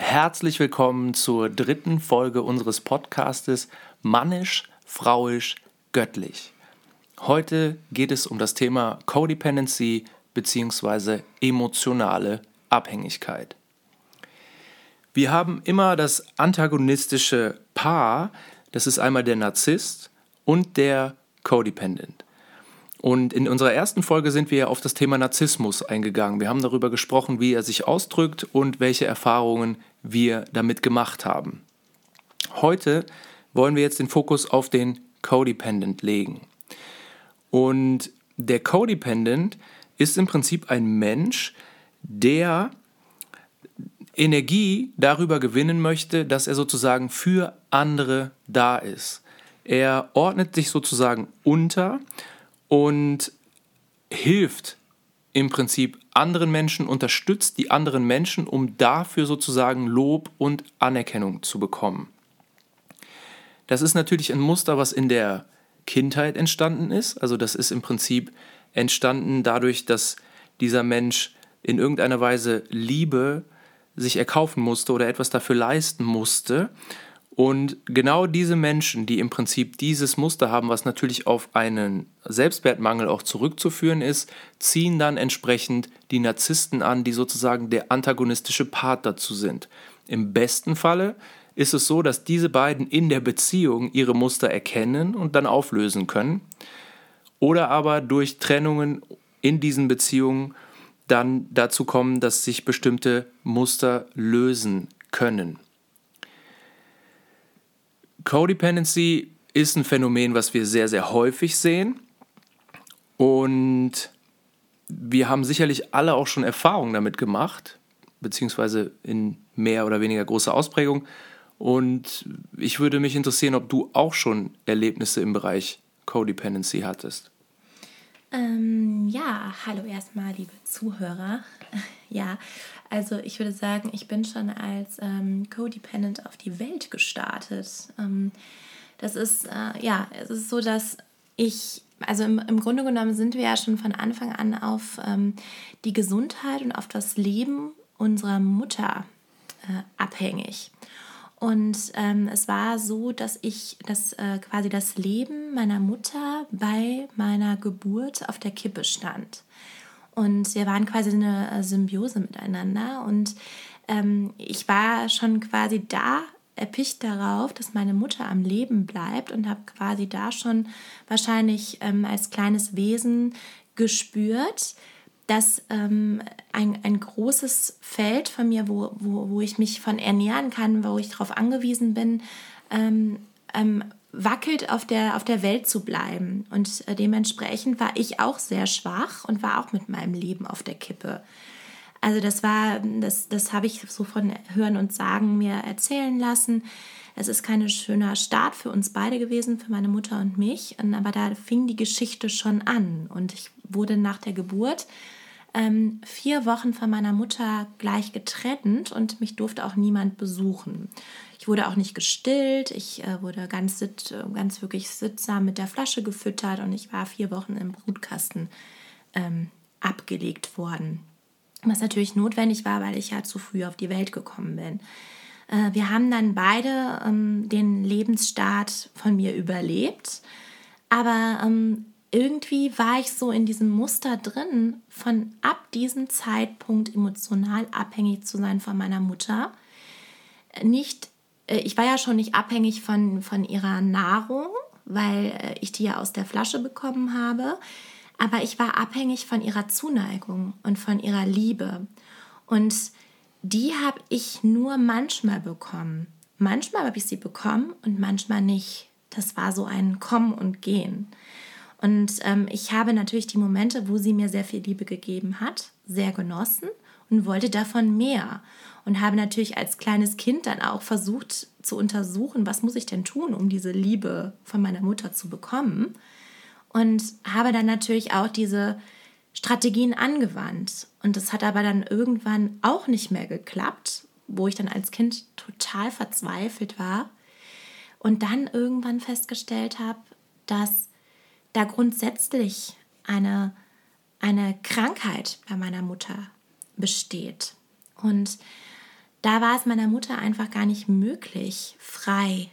Herzlich willkommen zur 3. Folge unseres Podcastes Mannisch, Frauisch, Göttlich. Heute geht es um das Thema Codependency bzw. emotionale Abhängigkeit. Wir haben immer das antagonistische Paar, das ist einmal der Narzisst und der Codependent. Und in unserer ersten Folge sind wir auf das Thema Narzissmus eingegangen. Wir haben darüber gesprochen, wie er sich ausdrückt und welche Erfahrungen wir damit gemacht haben. Heute wollen wir jetzt den Fokus auf den Codependent legen. Und der Codependent ist im Prinzip ein Mensch, der Energie darüber gewinnen möchte, dass er sozusagen für andere da ist. Er ordnet sich sozusagen unter und hilft im Prinzip anderen Menschen, unterstützt die anderen Menschen, um dafür sozusagen Lob und Anerkennung zu bekommen. Das ist natürlich ein Muster, was in der Kindheit entstanden ist. Also das ist im Prinzip entstanden dadurch, dass dieser Mensch in irgendeiner Weise Liebe sich erkaufen musste oder etwas dafür leisten musste. Und genau diese Menschen, die im Prinzip dieses Muster haben, was natürlich auf einen Selbstwertmangel auch zurückzuführen ist, ziehen dann entsprechend die Narzissten an, die sozusagen der antagonistische Part dazu sind. Im besten Falle ist es so, dass diese beiden in der Beziehung ihre Muster erkennen und dann auflösen können. Oder aber durch Trennungen in diesen Beziehungen dann dazu kommen, dass sich bestimmte Muster lösen können. Codependency ist ein Phänomen, was wir sehr, sehr häufig sehen, und wir haben sicherlich alle auch schon Erfahrungen damit gemacht, beziehungsweise in mehr oder weniger großer Ausprägung, und ich würde mich interessieren, ob du auch schon Erlebnisse im Bereich Codependency hattest. Ja, hallo erstmal, liebe Zuhörer. Ja, also ich würde sagen, ich bin schon als Codependent auf die Welt gestartet. Das ist, es ist so, dass also im Grunde genommen sind wir ja schon von Anfang an auf die Gesundheit und auf das Leben unserer Mutter abhängig. Und es war so, dass quasi das Leben meiner Mutter bei meiner Geburt auf der Kippe stand. Und wir waren quasi eine Symbiose miteinander. Und ich war schon quasi da erpicht darauf, dass meine Mutter am Leben bleibt, und habe quasi da schon wahrscheinlich als kleines Wesen gespürt, dass ein großes Feld von mir, wo ich mich von ernähren kann, wo ich darauf angewiesen bin, wackelt, auf der Welt zu bleiben. Und dementsprechend war ich auch sehr schwach und war auch mit meinem Leben auf der Kippe. Also das habe ich so von Hören und Sagen mir erzählen lassen. Es ist kein schöner Start für uns beide gewesen, für meine Mutter und mich, aber da fing die Geschichte schon an. Und ich wurde nach der Geburt 4 Wochen von meiner Mutter gleich getrennt, und mich durfte auch niemand besuchen. Ich wurde auch nicht gestillt, ich wurde ganz wirklich sittsam mit der Flasche gefüttert, und ich war 4 Wochen im Brutkasten abgelegt worden. Was natürlich notwendig war, weil ich ja zu früh auf die Welt gekommen bin. Wir haben dann beide den Lebensstart von mir überlebt, aber irgendwie war ich so in diesem Muster drin, von ab diesem Zeitpunkt emotional abhängig zu sein von meiner Mutter. Ich war ja schon nicht abhängig von ihrer Nahrung, weil ich die ja aus der Flasche bekommen habe, aber ich war abhängig von ihrer Zuneigung und von ihrer Liebe. Und die habe ich nur manchmal bekommen. Manchmal habe ich sie bekommen und manchmal nicht. Das war so ein Kommen und Gehen. Und ich habe natürlich die Momente, wo sie mir sehr viel Liebe gegeben hat, sehr genossen und wollte davon mehr. Und habe natürlich als kleines Kind dann auch versucht zu untersuchen, was muss ich denn tun, um diese Liebe von meiner Mutter zu bekommen. Und habe dann natürlich auch diese Strategien angewandt. Und das hat aber dann irgendwann auch nicht mehr geklappt, wo ich dann als Kind total verzweifelt war. Und dann irgendwann festgestellt habe, dass da grundsätzlich eine Krankheit bei meiner Mutter besteht. Und da war es meiner Mutter einfach gar nicht möglich, frei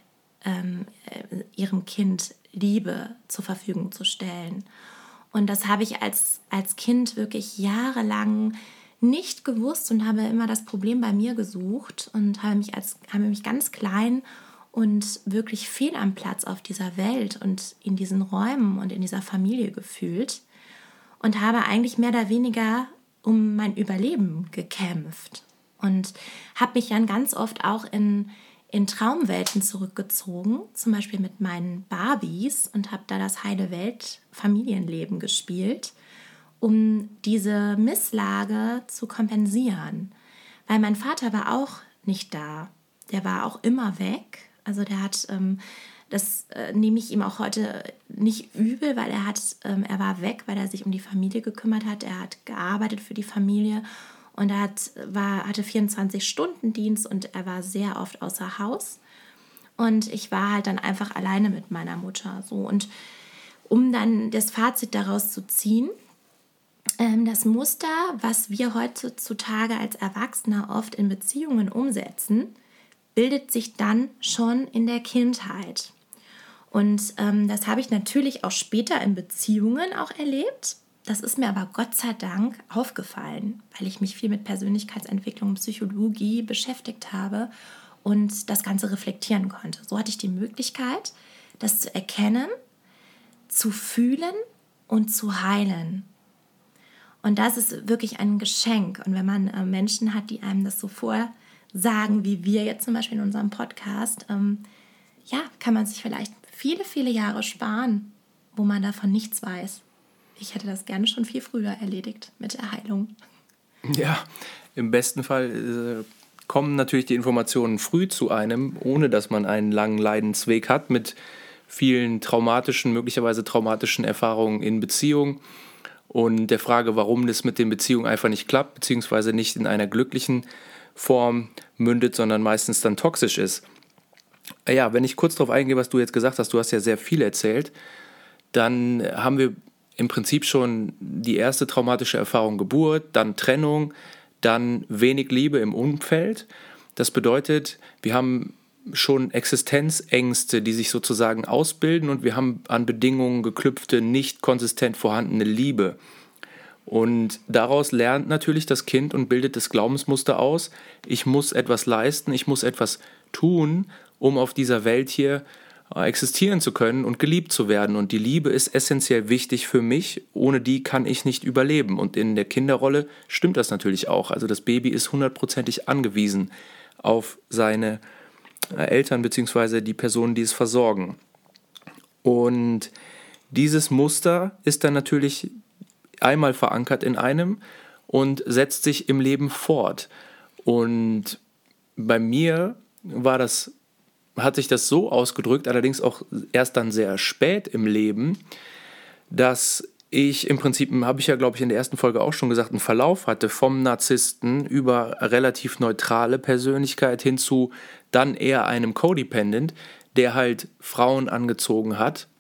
ihrem Kind Liebe zur Verfügung zu stellen. Und das habe ich als Kind wirklich jahrelang nicht gewusst und habe immer das Problem bei mir gesucht und habe mich ganz klein und wirklich fehl am Platz auf dieser Welt und in diesen Räumen und in dieser Familie gefühlt und habe eigentlich mehr oder weniger um mein Überleben gekämpft und habe mich dann ganz oft auch in Traumwelten zurückgezogen, zum Beispiel mit meinen Barbies, und habe da das heile Welt-Familienleben gespielt, um diese Misslage zu kompensieren. Weil mein Vater war auch nicht da. Der war auch immer weg. Also der hat, das nehme ich ihm auch heute nicht übel, weil er war weg, weil er sich um die Familie gekümmert hat. Er hat gearbeitet für die Familie und er hatte 24-Stunden-Dienst und er war sehr oft außer Haus. Und ich war halt dann einfach alleine mit meiner Mutter. So. Und um dann das Fazit daraus zu ziehen, das Muster, was wir heutzutage als Erwachsene oft in Beziehungen umsetzen, bildet sich dann schon in der Kindheit. Und das habe ich natürlich auch später in Beziehungen auch erlebt. Das ist mir aber Gott sei Dank aufgefallen, weil ich mich viel mit Persönlichkeitsentwicklung und Psychologie beschäftigt habe und das Ganze reflektieren konnte. So hatte ich die Möglichkeit, das zu erkennen, zu fühlen und zu heilen. Und das ist wirklich ein Geschenk. Und wenn man Menschen hat, die einem das so vorsagen, wie wir jetzt zum Beispiel in unserem Podcast, kann man sich vielleicht viele, viele Jahre sparen, wo man davon nichts weiß. Ich hätte das gerne schon viel früher erledigt mit der Heilung. Ja, im besten Fall kommen natürlich die Informationen früh zu einem, ohne dass man einen langen Leidensweg hat mit vielen möglicherweise traumatischen Erfahrungen in Beziehungen und der Frage, warum das mit den Beziehungen einfach nicht klappt, beziehungsweise nicht in einer glücklichen Form mündet, sondern meistens dann toxisch ist. Ja, wenn ich kurz darauf eingehe, was du jetzt gesagt hast, du hast ja sehr viel erzählt, dann haben wir im Prinzip schon die erste traumatische Erfahrung Geburt, dann Trennung, dann wenig Liebe im Umfeld. Das bedeutet, wir haben schon Existenzängste, die sich sozusagen ausbilden und wir haben an Bedingungen geknüpfte, nicht konsistent vorhandene Liebe. Und daraus lernt natürlich das Kind und bildet das Glaubensmuster aus, ich muss etwas leisten, ich muss etwas tun, um auf dieser Welt hier existieren zu können und geliebt zu werden. Und die Liebe ist essentiell wichtig für mich, ohne die kann ich nicht überleben. Und in der Kinderrolle stimmt das natürlich auch. Also das Baby ist 100%ig angewiesen auf seine Eltern bzw. die Personen, die es versorgen. Und dieses Muster ist dann natürlich einmal verankert in einem und setzt sich im Leben fort. Und bei mir hat sich das so ausgedrückt, allerdings auch erst dann sehr spät im Leben, dass ich im Prinzip, habe ich ja glaube ich in der ersten Folge auch schon gesagt, einen Verlauf hatte vom Narzissten über relativ neutrale Persönlichkeit hin zu dann eher einem Codependent, der halt Frauen angezogen hat,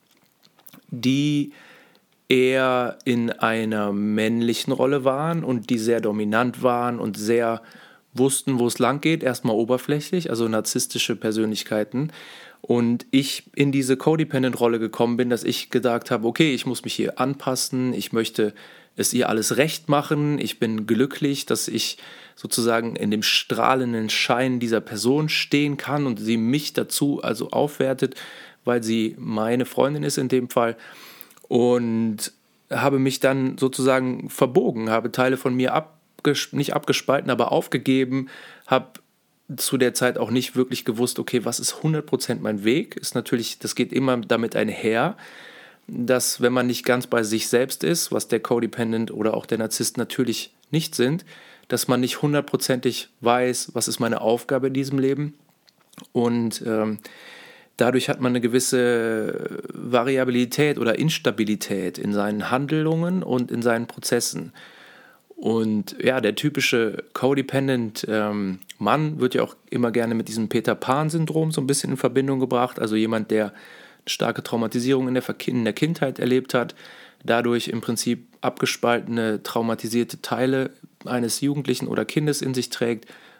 die eher in einer männlichen Rolle waren und die sehr dominant waren und sehr wussten, wo es lang geht, erstmal oberflächlich, also narzisstische Persönlichkeiten. Und ich in diese Codependent-Rolle gekommen bin, dass ich gedacht habe, okay, ich muss mich hier anpassen, ich möchte es ihr alles recht machen, ich bin glücklich, dass ich sozusagen in dem strahlenden Schein dieser Person stehen kann und sie mich dazu also aufwertet, weil sie meine Freundin ist in dem Fall. Und habe mich dann sozusagen verbogen, habe Teile von mir nicht abgespalten, aber aufgegeben, habe zu der Zeit auch nicht wirklich gewusst, okay, was ist 100% mein Weg? Ist natürlich, das geht immer damit einher, dass wenn man nicht ganz bei sich selbst ist, was der Codependent oder auch der Narzisst natürlich nicht sind, dass man nicht 100%ig weiß, was ist meine Aufgabe in diesem Leben. Und dadurch hat man eine gewisse Variabilität oder Instabilität in seinen Handlungen und in seinen Prozessen. Und ja, der typische Codependent-Mann wird ja auch immer gerne mit diesem Peter-Pan-Syndrom so ein bisschen in Verbindung gebracht. Also jemand, der eine starke Traumatisierung in der Kindheit erlebt hat, dadurch im Prinzip abgespaltene, traumatisierte Teile eines Jugendlichen oder Kindes in sich trägt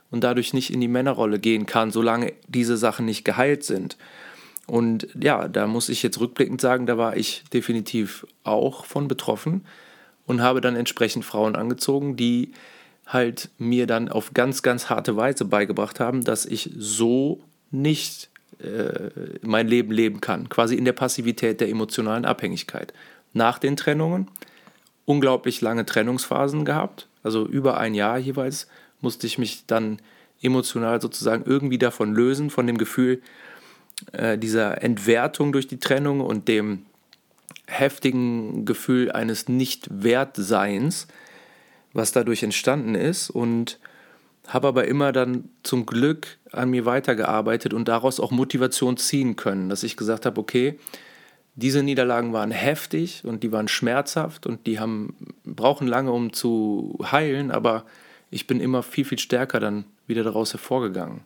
und dadurch nicht in die Männerrolle gehen kann, solange diese Sachen nicht geheilt sind. Und ja, da muss ich jetzt rückblickend sagen, da war ich definitiv auch von betroffen und habe dann entsprechend Frauen angezogen, die halt mir dann auf ganz, ganz harte Weise beigebracht haben, dass ich so nicht mein Leben leben kann. Quasi in der Passivität der emotionalen Abhängigkeit. Nach den Trennungen unglaublich lange Trennungsphasen gehabt, also über ein Jahr jeweils, musste ich mich dann emotional sozusagen irgendwie davon lösen, von dem Gefühl dieser Entwertung durch die Trennung und dem heftigen Gefühl eines Nicht-Wertseins, was dadurch entstanden ist, und habe aber immer dann zum Glück an mir weitergearbeitet und daraus auch Motivation ziehen können, dass ich gesagt habe, okay, diese Niederlagen waren heftig und die waren schmerzhaft und die brauchen lange, um zu heilen, aber ich bin immer viel, viel stärker dann wieder daraus hervorgegangen.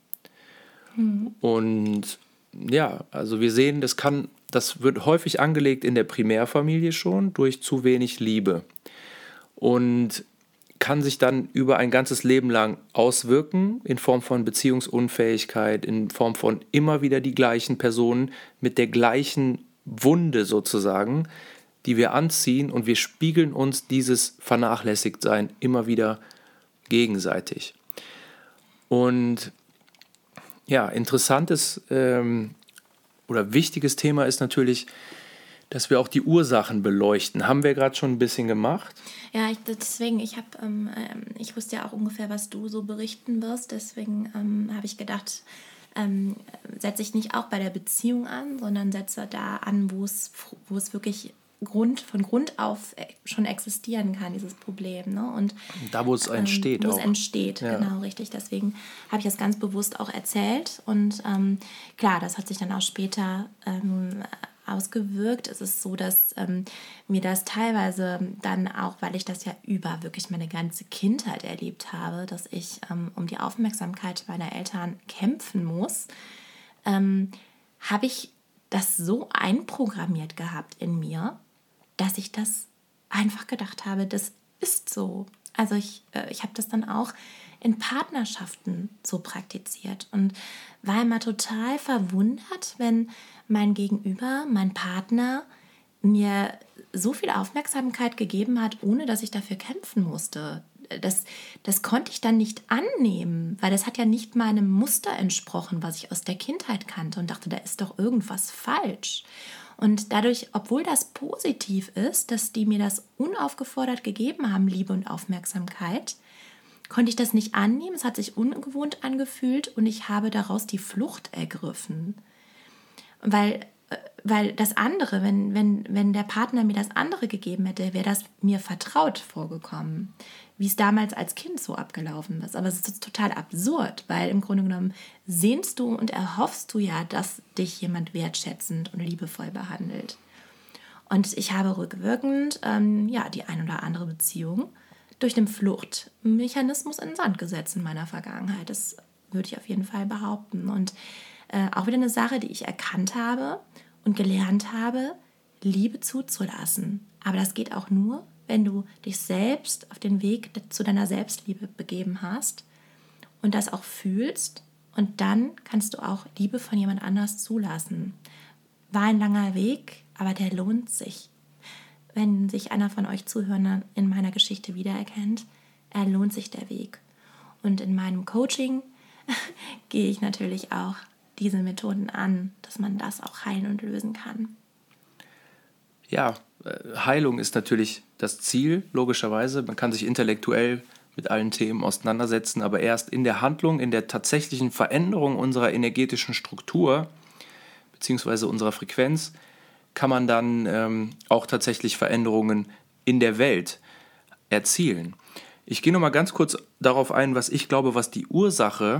Und ja, also wir sehen, das wird häufig angelegt in der Primärfamilie schon durch zu wenig Liebe und kann sich dann über ein ganzes Leben lang auswirken in Form von Beziehungsunfähigkeit, in Form von immer wieder die gleichen Personen mit der gleichen Wunde sozusagen, die wir anziehen, und wir spiegeln uns dieses Vernachlässigtsein immer wieder gegenseitig. Und ja, interessantes oder wichtiges Thema ist natürlich, dass wir auch die Ursachen beleuchten. Haben wir gerade schon ein bisschen gemacht. Ja, ich wusste ja auch ungefähr, was du so berichten wirst. Deswegen habe ich gedacht, setze ich nicht auch bei der Beziehung an, sondern setze da an, wo es wirklich von Grund auf schon existieren kann, dieses Problem. Ne? Und da, wo es entsteht. Wo es entsteht, ja. Genau, richtig. Deswegen habe ich das ganz bewusst auch erzählt. Und klar, das hat sich dann auch später ausgewirkt. Es ist so, dass mir das teilweise dann auch, weil ich das ja über wirklich meine ganze Kindheit erlebt habe, dass ich um die Aufmerksamkeit meiner Eltern kämpfen muss, habe ich das so einprogrammiert gehabt in mir, dass ich das einfach gedacht habe, das ist so. Also ich habe das dann auch in Partnerschaften so praktiziert und war immer total verwundert, wenn mein Gegenüber, mein Partner, mir so viel Aufmerksamkeit gegeben hat, ohne dass ich dafür kämpfen musste. Das konnte ich dann nicht annehmen, weil das hat ja nicht meinem Muster entsprochen, was ich aus der Kindheit kannte, und dachte, da ist doch irgendwas falsch. Und dadurch, obwohl das positiv ist, dass die mir das unaufgefordert gegeben haben, Liebe und Aufmerksamkeit, konnte ich das nicht annehmen. Es hat sich ungewohnt angefühlt und ich habe daraus die Flucht ergriffen. Weil das andere, wenn der Partner mir das andere gegeben hätte, wäre das mir vertraut vorgekommen, wie es damals als Kind so abgelaufen ist. Aber es ist total absurd, weil im Grunde genommen sehnst du und erhoffst du ja, dass dich jemand wertschätzend und liebevoll behandelt. Und ich habe rückwirkend die ein oder andere Beziehung durch den Fluchtmechanismus in den Sand gesetzt in meiner Vergangenheit. Das würde ich auf jeden Fall behaupten. Und auch wieder eine Sache, die ich erkannt habe und gelernt habe, Liebe zuzulassen. Aber das geht auch nur, wenn du dich selbst auf den Weg zu deiner Selbstliebe begeben hast und das auch fühlst, und dann kannst du auch Liebe von jemand anders zulassen. War ein langer Weg, aber der lohnt sich. Wenn sich einer von euch Zuhörern in meiner Geschichte wiedererkennt, lohnt sich der Weg. Und in meinem Coaching gehe ich natürlich auch diese Methoden an, dass man das auch heilen und lösen kann. Ja, Heilung ist natürlich das Ziel, logischerweise. Man kann sich intellektuell mit allen Themen auseinandersetzen, aber erst in der Handlung, in der tatsächlichen Veränderung unserer energetischen Struktur bzw. unserer Frequenz kann man dann auch tatsächlich Veränderungen in der Welt erzielen. Ich gehe nochmal ganz kurz darauf ein, was ich glaube, was die Ursache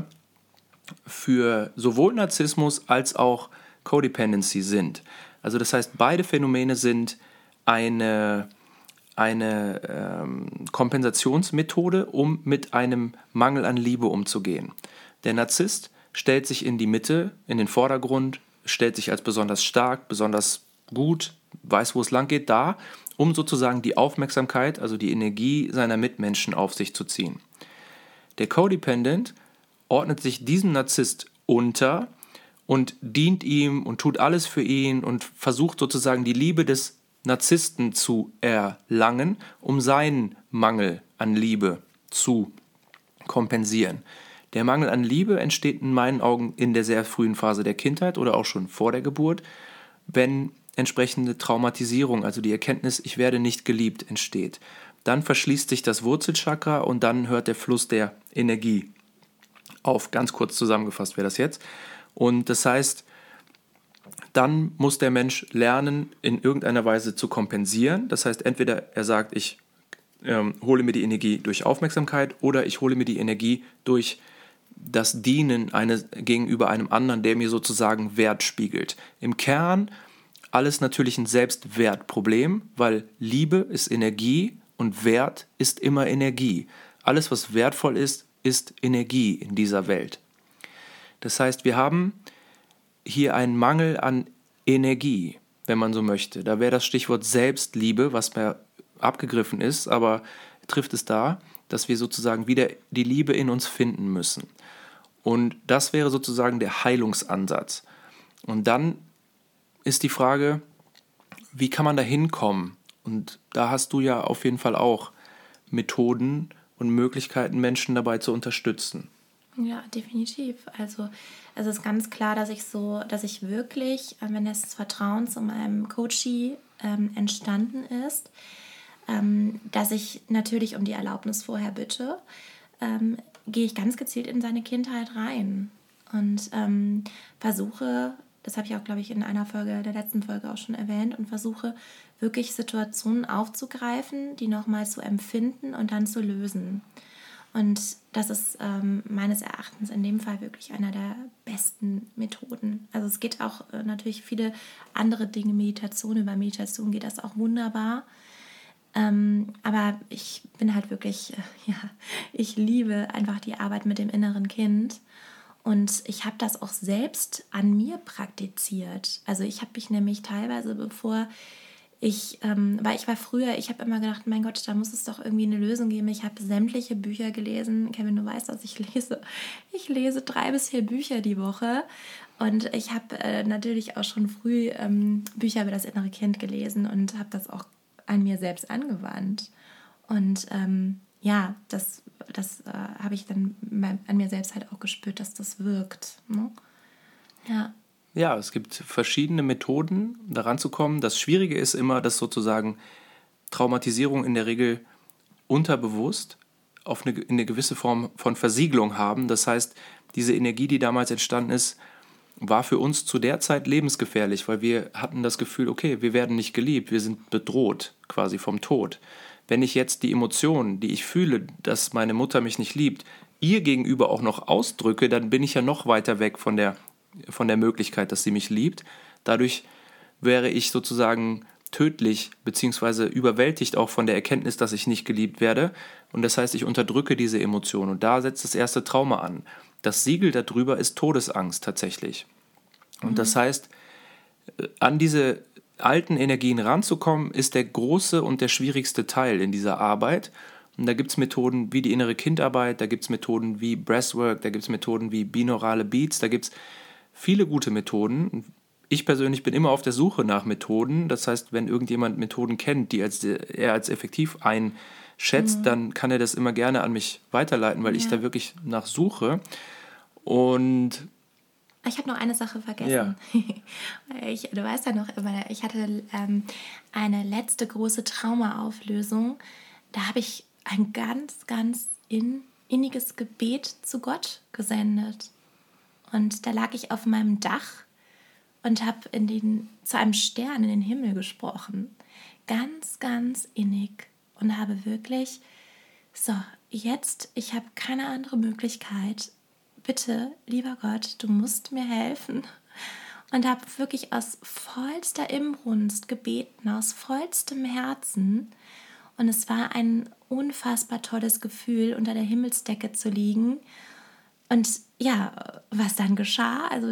für sowohl Narzissmus als auch Codependency sind. Also das heißt, beide Phänomene sind eine Kompensationsmethode, um mit einem Mangel an Liebe umzugehen. Der Narzisst stellt sich in die Mitte, in den Vordergrund, stellt sich als besonders stark, besonders gut, weiß, wo es lang geht, dar, um sozusagen die Aufmerksamkeit, also die Energie seiner Mitmenschen auf sich zu ziehen. Der Codependent ordnet sich diesem Narzisst unter und dient ihm und tut alles für ihn und versucht sozusagen die Liebe des Narzissten zu erlangen, um seinen Mangel an Liebe zu kompensieren. Der Mangel an Liebe entsteht in meinen Augen in der sehr frühen Phase der Kindheit oder auch schon vor der Geburt, wenn entsprechende Traumatisierung, also die Erkenntnis, ich werde nicht geliebt, entsteht. Dann verschließt sich das Wurzelchakra und dann hört der Fluss der Energie auf. Ganz kurz zusammengefasst wäre das jetzt. Und das heißt, dann muss der Mensch lernen, in irgendeiner Weise zu kompensieren. Das heißt, entweder er sagt, ich hole mir die Energie durch Aufmerksamkeit oder ich hole mir die Energie durch das Dienen gegenüber einem anderen, der mir sozusagen Wert spiegelt. Im Kern alles natürlich ein Selbstwertproblem, weil Liebe ist Energie und Wert ist immer Energie. Alles, was wertvoll ist, ist Energie in dieser Welt. Das heißt, wir haben hier einen Mangel an Energie, wenn man so möchte. Da wäre das Stichwort Selbstliebe, was mehr abgegriffen ist, aber trifft es da, dass wir sozusagen wieder die Liebe in uns finden müssen. Und das wäre sozusagen der Heilungsansatz. Und dann ist die Frage, wie kann man da hinkommen? Und da hast du ja auf jeden Fall auch Methoden und Möglichkeiten, Menschen dabei zu unterstützen. Ja, definitiv. Also es ist ganz klar, dass ich wirklich, wenn das Vertrauen zu meinem Coachie entstanden ist, dass ich natürlich um die Erlaubnis vorher bitte, gehe ich ganz gezielt in seine Kindheit rein und versuche, das habe ich auch, glaube ich, in einer Folge, der letzten Folge auch schon erwähnt, und versuche wirklich Situationen aufzugreifen, die nochmal zu empfinden und dann zu lösen. Und das ist meines Erachtens in dem Fall wirklich einer der besten Methoden. Also es geht auch natürlich viele andere Dinge, über Meditation geht das auch wunderbar. Aber ich bin halt wirklich, ich liebe einfach die Arbeit mit dem inneren Kind. Und ich habe das auch selbst an mir praktiziert. Also ich habe mich nämlich teilweise, weil ich war früher, ich habe immer gedacht, mein Gott, da muss es doch irgendwie eine Lösung geben. Ich habe sämtliche Bücher gelesen. Kevin, du weißt, was ich lese. Ich lese 3 bis 4 Bücher die Woche. Und ich habe natürlich auch schon früh Bücher über das innere Kind gelesen und habe das auch an mir selbst angewandt. Und das habe ich dann an mir selbst halt auch gespürt, dass das wirkt. Ne? Ja. Ja, es gibt verschiedene Methoden, daran zu kommen. Das Schwierige ist immer, dass sozusagen Traumatisierung in der Regel unterbewusst in eine gewisse Form von Versiegelung haben. Das heißt, diese Energie, die damals entstanden ist, war für uns zu der Zeit lebensgefährlich, weil wir hatten das Gefühl, okay, wir werden nicht geliebt, wir sind bedroht quasi vom Tod. Wenn ich jetzt die Emotionen, die ich fühle, dass meine Mutter mich nicht liebt, ihr gegenüber auch noch ausdrücke, dann bin ich ja noch weiter weg von der Möglichkeit, dass sie mich liebt. Dadurch wäre ich sozusagen tödlich bzw. überwältigt auch von der Erkenntnis, dass ich nicht geliebt werde. Und das heißt, ich unterdrücke diese Emotion. Und da setzt das erste Trauma an. Das Siegel darüber ist Todesangst tatsächlich. Und das heißt, an diese alten Energien ranzukommen, ist der große und der schwierigste Teil in dieser Arbeit. Und da gibt es Methoden wie die innere Kindarbeit, da gibt es Methoden wie Breathwork, da gibt es Methoden wie binaurale Beats, da gibt es viele gute Methoden. Ich persönlich bin immer auf der Suche nach Methoden. Das heißt, wenn irgendjemand Methoden kennt, die er als effektiv einschätzt, dann kann er das immer gerne an mich weiterleiten, weil ich da wirklich nach suche. Und ich habe noch eine Sache vergessen. Ja. Du weißt ja noch, ich hatte eine letzte große Traumaauflösung. Da habe ich ein ganz, ganz inniges Gebet zu Gott gesendet. Und da lag ich auf meinem Dach und habe zu einem Stern in den Himmel gesprochen. Ganz, ganz innig. Und habe wirklich, jetzt, ich habe keine andere Möglichkeit. Bitte, lieber Gott, du musst mir helfen. Und habe wirklich aus vollster Inbrunst gebeten, aus vollstem Herzen. Und es war ein unfassbar tolles Gefühl, unter der Himmelsdecke zu liegen. Und ja, was dann geschah, also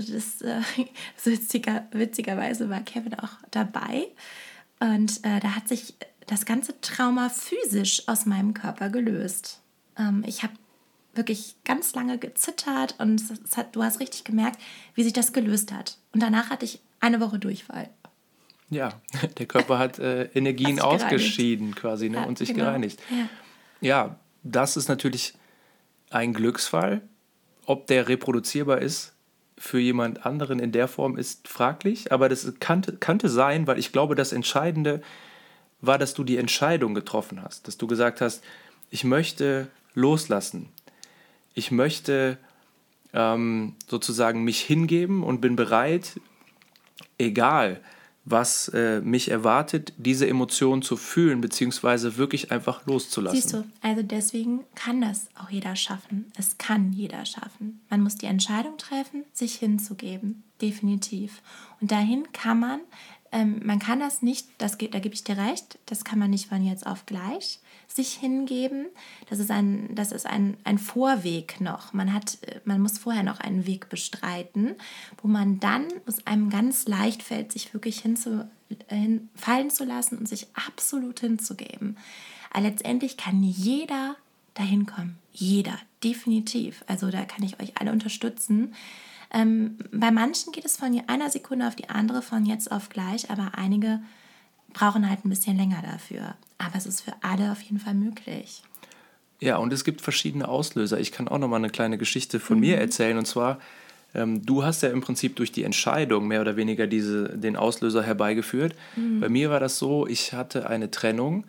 witzigerweise war Kevin auch dabei. Und da hat sich das ganze Trauma physisch aus meinem Körper gelöst. Ich habe wirklich ganz lange gezittert und du hast richtig gemerkt, wie sich das gelöst hat. Und danach hatte ich eine Woche Durchfall. Ja, der Körper hat Energien ausgeschieden quasi, ne? Ja, Und sich genau. gereinigt. Ja. Ja, das ist natürlich ein Glücksfall. Ob der reproduzierbar ist für jemand anderen in der Form ist fraglich, aber das kannte sein, weil ich glaube, das Entscheidende war, dass du die Entscheidung getroffen hast, dass du gesagt hast, ich möchte loslassen, ich möchte sozusagen mich hingeben und bin bereit, egal was mich erwartet, diese Emotionen zu fühlen, beziehungsweise wirklich einfach loszulassen. Siehst du, also deswegen kann das auch jeder schaffen. Es kann jeder schaffen. Man muss die Entscheidung treffen, sich hinzugeben, definitiv. Und dahin kann man kann das nicht, da gebe ich dir recht, das kann man nicht von jetzt auf gleich sich hingeben. Das ist ein Vorweg noch. Man muss vorher noch einen Weg bestreiten, wo man dann, es einem ganz leicht fällt, sich wirklich fallen zu lassen und sich absolut hinzugeben. Aber letztendlich kann jeder dahin kommen. Jeder, definitiv. Also da kann ich euch alle unterstützen. Bei manchen geht es von einer Sekunde auf die andere, von jetzt auf gleich, aber einige brauchen halt ein bisschen länger dafür. Aber es ist für alle auf jeden Fall möglich. Ja, und es gibt verschiedene Auslöser. Ich kann auch noch mal eine kleine Geschichte von mir erzählen. Und zwar, du hast ja im Prinzip durch die Entscheidung mehr oder weniger den Auslöser herbeigeführt. Bei mir war das so, ich hatte eine Trennung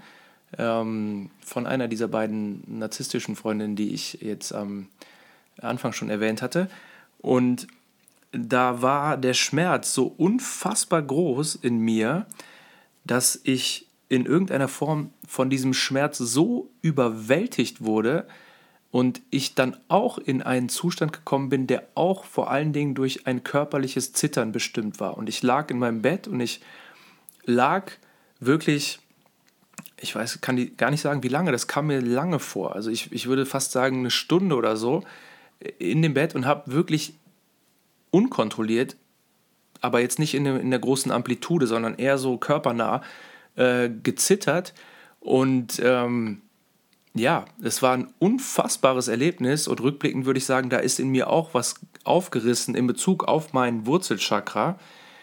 von einer dieser beiden narzisstischen Freundinnen, die ich jetzt am Anfang schon erwähnt hatte. Und da war der Schmerz so unfassbar groß in mir, dass ich in irgendeiner Form von diesem Schmerz so überwältigt wurde und ich dann auch in einen Zustand gekommen bin, der auch vor allen Dingen durch ein körperliches Zittern bestimmt war. Und ich lag in meinem Bett und ich lag wirklich, kann gar nicht sagen, wie lange, das kam mir lange vor. Also ich würde fast sagen, eine Stunde oder so in dem Bett und habe wirklich unkontrolliert, aber jetzt nicht in der großen Amplitude, sondern eher so körpernah gezittert. Und ja, es war ein unfassbares Erlebnis und rückblickend würde ich sagen, da ist in mir auch was aufgerissen in Bezug auf mein Wurzelchakra.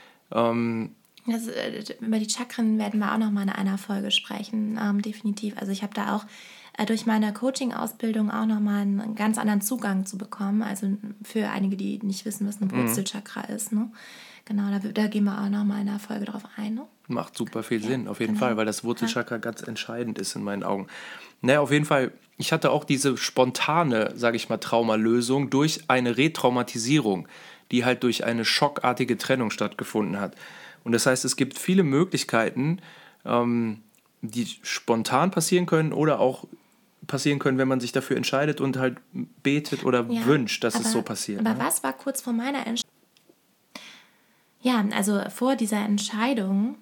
Über die Chakren werden wir auch noch mal in einer Folge sprechen, definitiv. Also ich habe da auch durch meine Coaching-Ausbildung auch nochmal einen ganz anderen Zugang zu bekommen. Also für einige, die nicht wissen, was ein Wurzelchakra ist. Ne? Genau, da gehen wir auch nochmal in einer Folge drauf ein. Ne? Macht super viel Sinn, auf jeden Fall, weil das Wurzelchakra ganz entscheidend ist in meinen Augen. Naja, auf jeden Fall, ich hatte auch diese spontane, sage ich mal, Traumalösung durch eine Retraumatisierung, die halt durch eine schockartige Trennung stattgefunden hat. Und das heißt, es gibt viele Möglichkeiten, die spontan passieren können oder auch passieren können, wenn man sich dafür entscheidet und halt betet oder wünscht, dass es so passiert. Aber was war kurz vor meiner Entscheidung? Ja, also vor dieser Entscheidung,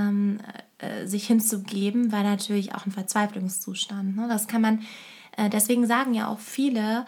sich hinzugeben, war natürlich auch ein Verzweiflungszustand. Ne? Das kann man, deswegen sagen ja auch viele,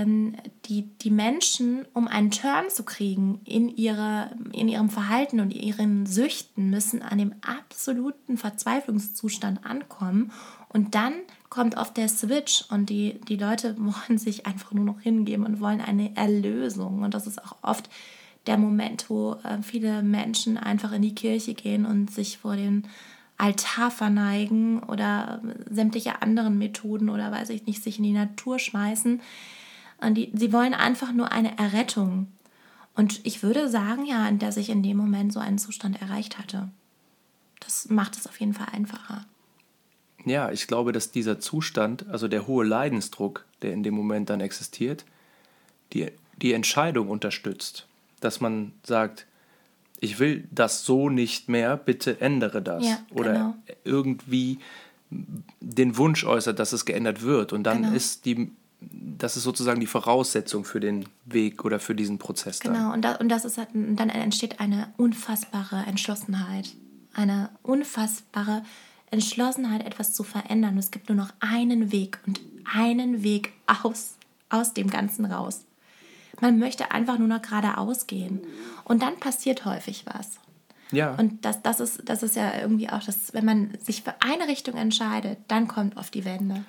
die Menschen, um einen Turn zu kriegen in ihrem Verhalten und ihren Süchten, müssen an dem absoluten Verzweiflungszustand ankommen. Und dann kommt oft der Switch und die Leute wollen sich einfach nur noch hingeben und wollen eine Erlösung. Und das ist auch oft der Moment, wo viele Menschen einfach in die Kirche gehen und sich vor den Altar verneigen oder sämtliche anderen Methoden oder weiß ich nicht, sich in die Natur schmeißen. Und sie wollen einfach nur eine Errettung. Und ich würde sagen, ja, dass ich in dem Moment so einen Zustand erreicht hatte. Das macht es auf jeden Fall einfacher. Ja, ich glaube, dass dieser Zustand, also der hohe Leidensdruck, der in dem Moment dann existiert, die Entscheidung unterstützt. Dass man sagt, ich will das so nicht mehr, bitte ändere das. Ja, oder genau. irgendwie den Wunsch äußert, dass es geändert wird. Und dann ist das ist sozusagen die Voraussetzung für den Weg oder für diesen Prozess. Genau, und dann entsteht eine unfassbare Entschlossenheit. Eine unfassbare Entschlossenheit, etwas zu verändern. Und es gibt nur noch einen Weg und einen Weg aus dem Ganzen raus. Man möchte einfach nur noch geradeaus gehen. Und dann passiert häufig was. Ja. Und das ist ja irgendwie auch, wenn man sich für eine Richtung entscheidet, dann kommt oft die Wende.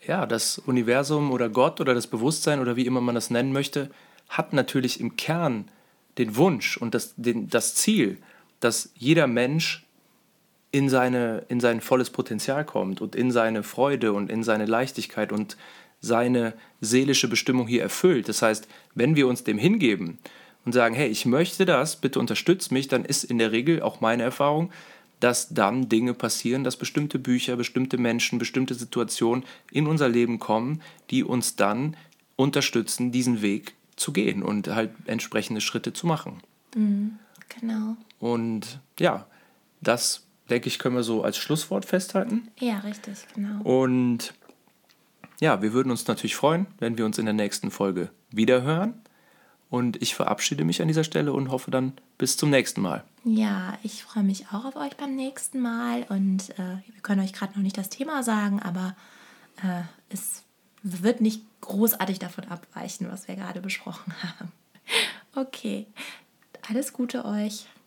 ja, das Universum oder Gott oder das Bewusstsein oder wie immer man das nennen möchte, hat natürlich im Kern den Wunsch und das Ziel, dass jeder Mensch in sein volles Potenzial kommt und in seine Freude und in seine Leichtigkeit und seine seelische Bestimmung hier erfüllt. Das heißt, wenn wir uns dem hingeben und sagen, hey, ich möchte das, bitte unterstützt mich, dann ist in der Regel auch meine Erfahrung, dass dann Dinge passieren, dass bestimmte Bücher, bestimmte Menschen, bestimmte Situationen in unser Leben kommen, die uns dann unterstützen, diesen Weg zu gehen und halt entsprechende Schritte zu machen. Genau. Und ja, das, denke ich, können wir so als Schlusswort festhalten. Ja, richtig, genau. Und ja, wir würden uns natürlich freuen, wenn wir uns in der nächsten Folge wiederhören. Und ich verabschiede mich an dieser Stelle und hoffe dann bis zum nächsten Mal. Ja, ich freue mich auch auf euch beim nächsten Mal und wir können euch gerade noch nicht das Thema sagen, aber es wird nicht großartig davon abweichen, was wir gerade besprochen haben. Okay, alles Gute euch.